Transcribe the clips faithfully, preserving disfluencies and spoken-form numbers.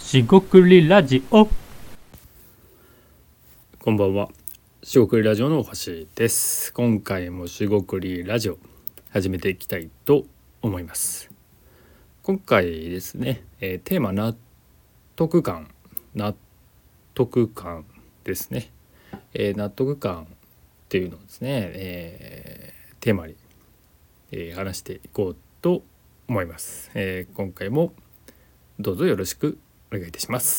しごくりラジオ。 こんばんは。しごくりラジオのおはしです。今回もしごくりラジオ始めていきたいと思います。今回ですね、えー、テーマ納得感納得感ですね、えー、納得感っていうのをですね、えー、テーマに、えー、話していこうと思います。えー、今回もどうぞよろしくお願いいたします。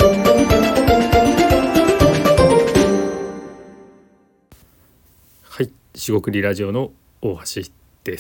はい、しごくりラジオの大橋です。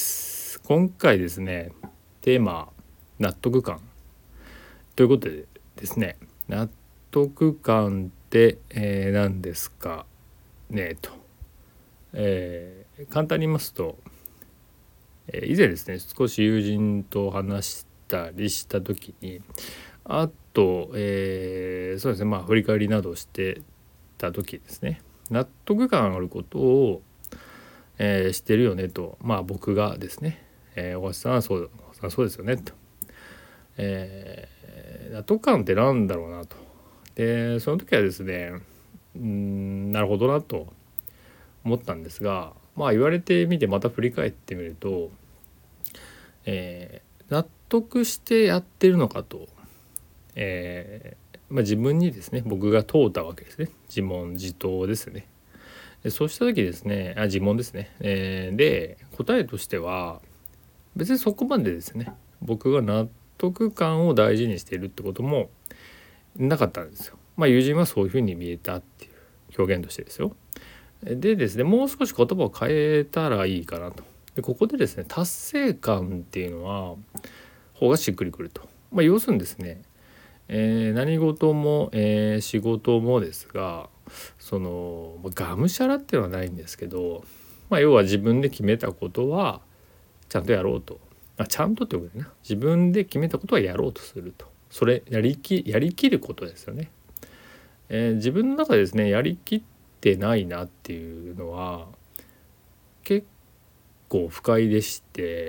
今回ですね、テーマ納得感ということでですね、納得感って、えー、何ですかねと、えー、簡単に言いますと、えー、以前ですね少し友人と話したりした時にあと、えー、そうですねまあ振り返りなどしてた時ですね、納得感あることをえー、してるよねと、まあ僕がですね、えー、大橋さんはそうさんそうですよねと、えー、納得感ってなんだろうなと。でその時はですね、うーんなるほどなと思ったんですが、まあ言われてみてまた振り返ってみると、えー、納得してやってるのかと、えーまあ、自分にですね僕が問うたわけですね。自問自答ですね。でそうした時ですね、あ自問ですね、えー、で答えとしては別にそこまでですね僕が納得感を大事にしているってこともなかったんですよ。まあ友人はそういうふうに見えたっていう表現としてですよ。でですねもう少し言葉を変えたらいいかなと。でここでですね達成感っていうのは方がしっくりくると。まあ要するにですね、えー、何事も、えー、仕事もですがそのがむしゃらっていうのはないんですけど、まあ、要は自分で決めたことはちゃんとやろうと、あちゃんとってことでな自分で決めたことはやろうとすると、それやりきやりきることですよね。えー、自分の中でですねやりきってないなっていうのは結構不快でして、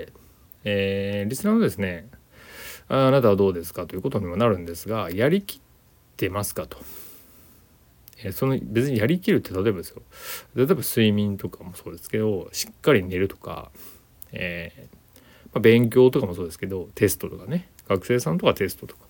えー、リスナーのですね あ, あなたはどうですかということにもなるんですが、やりきってますかと。えー、その別にやりきるって例えばですよ、例えば睡眠とかもそうですけどしっかり寝るとか、えーまあ、勉強とかもそうですけどテストとかね、学生さんとかテストとか、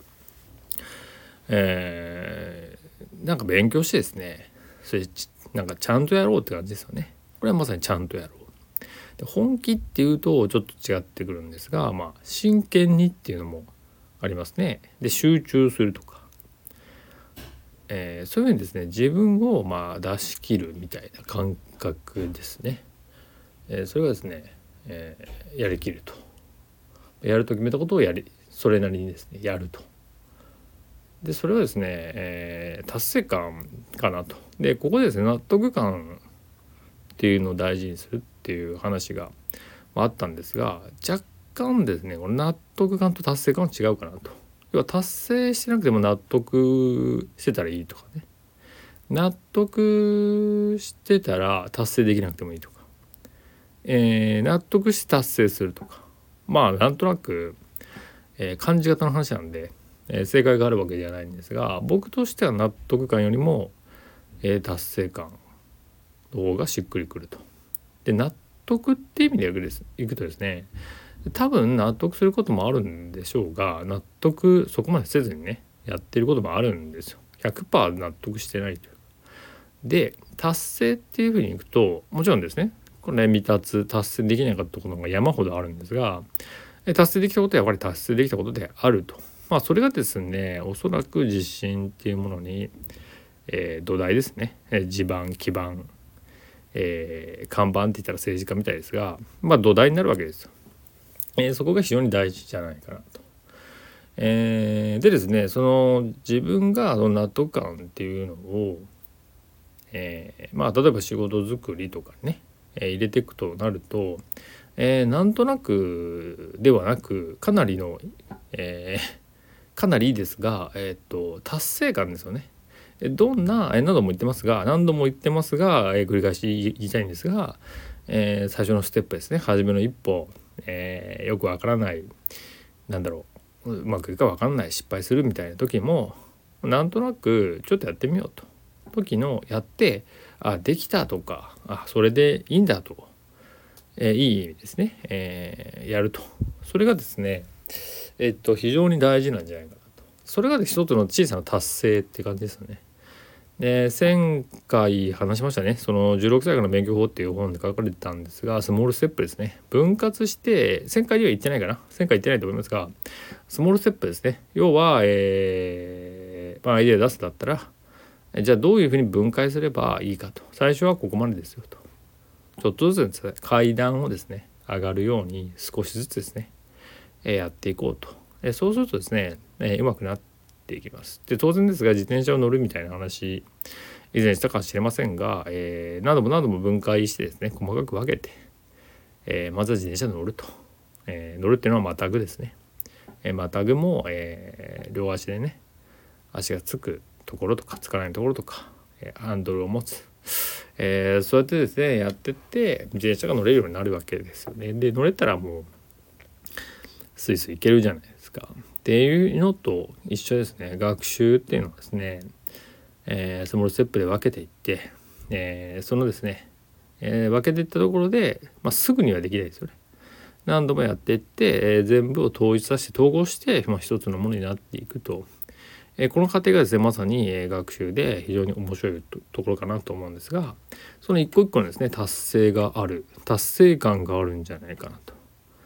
えー、なんか勉強してですねそれなんかちゃんとやろうって感じですよね。これはまさにちゃんとやろう。で本気っていうとちょっと違ってくるんですが、まあ真剣にっていうのもありますね。で集中するとか、えー、そういうふうにですね自分をまあ出し切るみたいな感覚ですね。えー、それがですね、えー、やりきると、やると決めたことをやりそれなりにですねやると。でそれはですね、えー、達成感かなと。でここでですね納得感っていうのを大事にするっていう話があったんですが、若干ですねこの納得感と達成感は違うかなと。要は達成してなくても納得してたらいいとかね、納得してたら達成できなくてもいいとか、えー、納得して達成するとか、まあなんとなく、えー、感じ方の話なんで、えー、正解があるわけではないんですが、僕としては納得感よりも、えー、達成感の方がしっくりくると。で納得っていう意味でいくとですね、多分納得することもあるんでしょうが、納得そこまでせずにねやってることもあるんですよ。 ひゃくパーセント 納得してないという。で達成っていうふうにいくともちろんですねこれね未達達成できなかったことが山ほどあるんですが、達成できたことはやっぱり達成できたことであると。まあそれがですねおそらく自信っていうものに、えー、土台ですね、えー、地盤基盤、えー、看板って言ったら政治家みたいですが、まあ土台になるわけですよ。えー、そこが非常に大事じゃないかなと。えー、でですねその自分がその納得感っていうのを、えー、まあ例えば仕事作りとかね、えー、入れていくとなると、えー、なんとなくではなくかなりの、えー、かなりいいですが、えー、っと達成感ですよね。どんな何度も言ってますが何度も言ってますが、えー、繰り返し言いたいんですが、えー、最初のステップですね、初めの一歩、えー、よくわからないなんだろううまくいくか分かんない失敗するみたいな時もなんとなくちょっとやってみようと時のやってあできたとかあそれでいいんだと、えー、いい意味ですね、えー、やるとそれがですねえっと非常に大事なんじゃないかなとそれが一つの小さな達成って感じですよね。で前回話しましたねそのじゅうろくさいからの勉強法っていう本で書かれてたんですがスモールステップですね分割して前回では言ってないかな前回言ってないと思いますがスモールステップですね要は、えーまあ、アイデア出すだったらじゃあどういうふうに分解すればいいかと最初はここまでですよとちょっとずつです、ね、階段をですね上がるように少しずつですね、えー、やっていこうと、えー、そうするとですね、えー、うまくなっていきますで当然ですが自転車を乗るみたいな話以前したかもしれませんが、えー、何度も何度も分解してですね細かく分けて、えー、まずは自転車に乗ると、えー、乗るっていうのはまたぐですね、えー、またぐも、えー、両足でね足がつくところとかつかないところとか、えー、ハンドルを持つ、えー、そうやってですねやってって自転車が乗れるようになるわけですよね。で乗れたらもうスイスイ行けるじゃないですかっていうのと一緒ですね。学習っていうのはですね、えー、スモールステップで分けていって、えー、そのですね、えー、分けていったところで、まあ、すぐにはできないですよね。何度もやっていって、えー、全部を統一させて統合して、まあ、一つのものになっていくと、えー、この過程がですねまさに、えー、学習で非常に面白い と, ところかなと思うんですがその一個一個のですね達成がある達成感があるんじゃないかなと。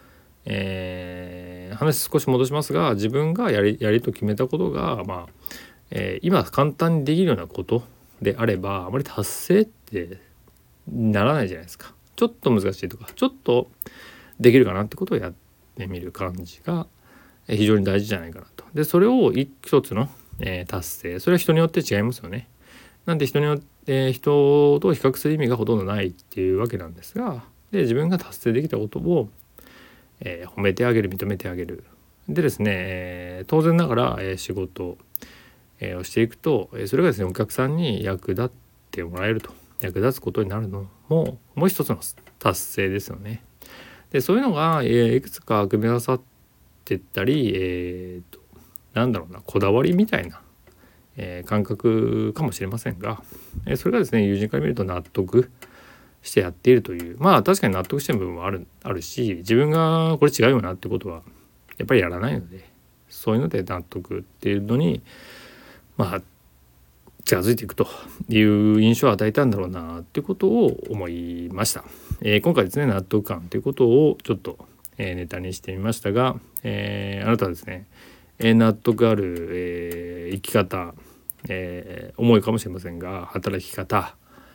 えー、話少し戻しますが自分がやりやりと決めたことが、まあえー、今簡単にできるようなことであればあまり達成ってならないじゃないですか。ちょっと難しいとかちょっとできるかなってことをやってみる感じが非常に大事じゃないかなと。でそれを一つの、えー、達成それは人によって違いますよね。なんで人によって、えー、人と比較する意味がほとんどないっていうわけなんですがで自分が達成できたことをえー、褒めてあげる認めてあげるでですね、えー、当然ながら、えー、仕事、えー、をしていくと、えー、それがですねお客さんに役立ってもらえると役立つことになるのももう一つの達成ですよね。でそういうのが、えー、いくつか組み合わさってったり、えー、となんだろうなこだわりみたいな、えー、感覚かもしれませんが、えー、それがですね友人から見ると納得してやっているというまあ確かに納得してる部分もあるあるし自分がこれ違うよなってことはやっぱりやらないのでそういうので納得っていうのにまあ近づいていくという印象を与えたんだろうなっていうことを思いました。えー、今回ですね納得感ということをちょっと、えー、ネタにしてみましたが、えー、あなたはですね、えー、納得ある、えー、生き方、えー、思いかもしれませんが働き方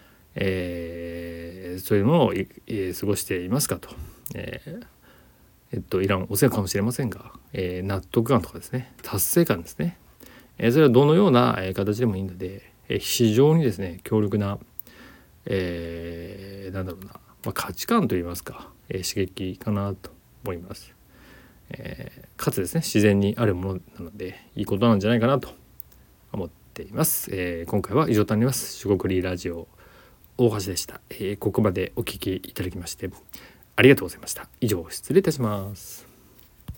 えー、そういうのを、えー、過ごしていますかと、えーえっと、いらんお世話かもしれませんが、えー、納得感とかですね達成感ですね、えー、それはどのような、えー、形でもいいので、えー、非常にですね強力な、えー、なんだろうな、まあ、価値観といいますか、えー、刺激かなと思います、えー、かつですね自然にあるものなのでいいことなんじゃないかなと思っています、えー、今回は以上となります。しごくりラジオ大橋でした、えー、ここまでお聞きいただきましてありがとうございました。以上失礼いたします。